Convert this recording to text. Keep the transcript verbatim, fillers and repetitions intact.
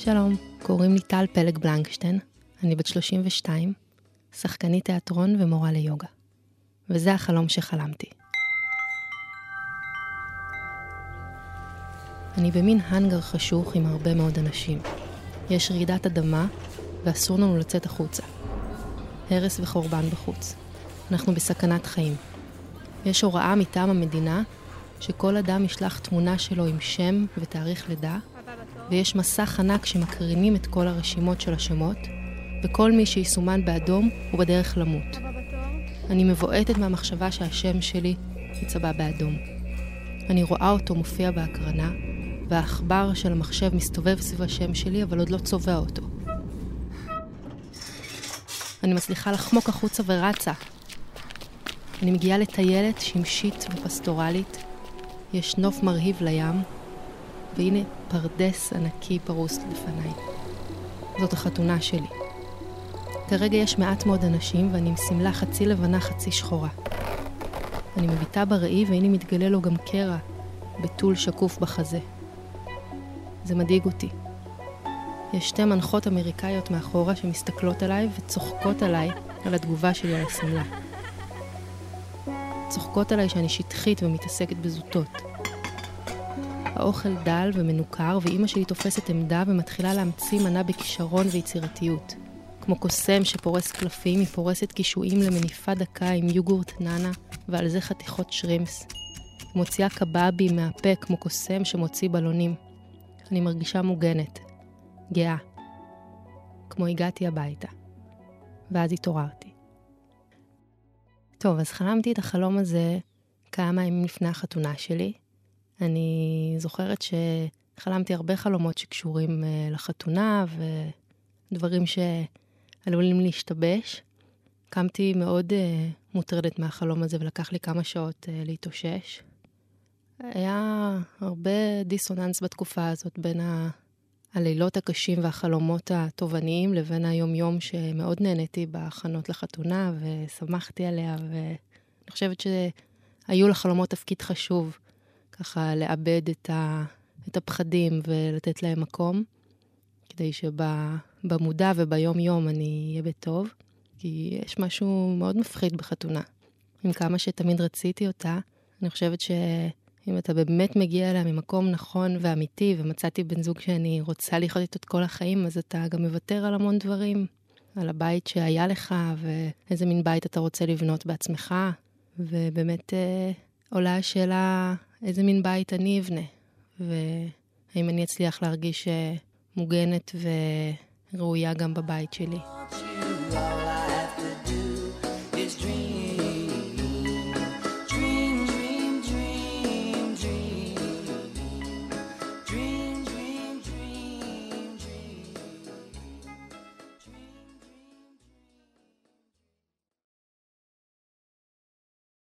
שלום, קוראים לי טל פלג בלנקשטיין, אני בת שלושים ושתיים, שחקנית תיאטרון ומורה ליוגה. וזה החלום שחלמתי. אני במין הנגר חשוך עם הרבה מאוד אנשים. יש רעידת אדמה ואסור לנו לצאת החוצה. הרס וחורבן בחוץ. אנחנו בסכנת חיים. יש הוראה מטעם המדינה שכל אדם ישלח תמונה שלו עם שם ותאריך לידה, ויש מסך ענק שמקרינים את כל הרשימות של השמות, וכל מי שיסומן באדום הוא בדרך למות. אני מבועטת מהמחשבה שהשם שלי יצבע באדום. אני רואה אותו מופיע בהקרנה, והאחבר של המחשב מסתובב סביב השם שלי, אבל עוד לא צובע אותו. אני מצליחה לחמוק החוצה ורצה. אני מגיעה לטיילת שמשית ופסטורלית. יש נוף מרהיב לים, והנה פרדס ענקי פרוס לפניי. זאת החתונה שלי. כרגע יש מעט מאוד אנשים, ואני עם סמלה חצי לבנה חצי שחורה. אני מביטה בראי, והנה מתגלה לו גם קרע, בטול שקוף בחזה. זה מדאיג אותי. יש שתי מנחות אמריקאיות מאחורה שמסתכלות עליי וצוחקות עליי על התגובה שלי על הסמלה. צוחקות עליי שאני שטחית ומתעסקת בזוטות. האוכל דל ומנוכר, ואימא שלי תופסת עמדה ומתחילה להמציא מנה בכישרון ויצירתיות. כמו קוסם שפורס קלפים, היא פורסת קישואים למניפה דקה עם יוגורט ננה, ועל זה חתיכות שרימס. היא מוציאה קבאבי מהפה כמו קוסם שמוציא בלונים. אני מרגישה מוגנת, גאה, כמו הגעתי הביתה. ואז התעוררתי. טוב, אז חלמתי את החלום הזה כמה ימים לפני החתונה שלי. אני זוכרת שחלמתי הרבה חלומות שקשורים לחתונה, ודברים שעלולים להשתבש. קמתי מאוד מוטרדת מהחלום הזה, ולקח לי כמה שעות להתאושש. היה הרבה דיסוננס בתקופה הזאת בין ה... הלילות הקשים והחלומות התובעניים לבין היום-יום שמאוד נהניתי בהכנות לחתונה ושמחתי עליה, ואני חושבת שהיו לחלומות תפקיד חשוב ככה לאבד את, ה... את הפחדים ולתת להם מקום, כדי שבמודע וביום-יום אני אהיה בטוב, כי יש משהו מאוד מפחיד בחתונה. עם כמה שתמיד רציתי אותה, אני חושבת ש... אם אתה באמת מגיע אליה ממקום נכון ואמיתי, ומצאתי בן זוג שאני רוצה לחיות איתו את כל החיים, אז אתה גם מוותר על המון דברים, על הבית שהיה לך, ואיזה מין בית אתה רוצה לבנות בעצמך, ובאמת אה, עולה השאלה איזה מין בית אני אבנה, והאם אני אצליח להרגיש מוגנת וראויה גם בבית שלי.